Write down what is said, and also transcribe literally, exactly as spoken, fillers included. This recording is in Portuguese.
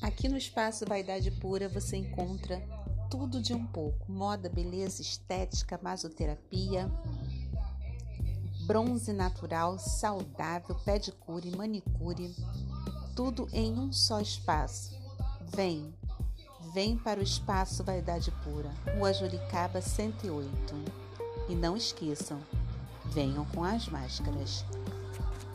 Aqui no Espaço Vaidade Pura você encontra tudo de um pouco: moda, beleza, estética, masoterapia, bronze natural, saudável, pedicure, manicure, tudo em um só espaço. Vem, vem para o Espaço Vaidade Pura, Rua Juricaba cento e oito. E não esqueçam, venham com as máscaras.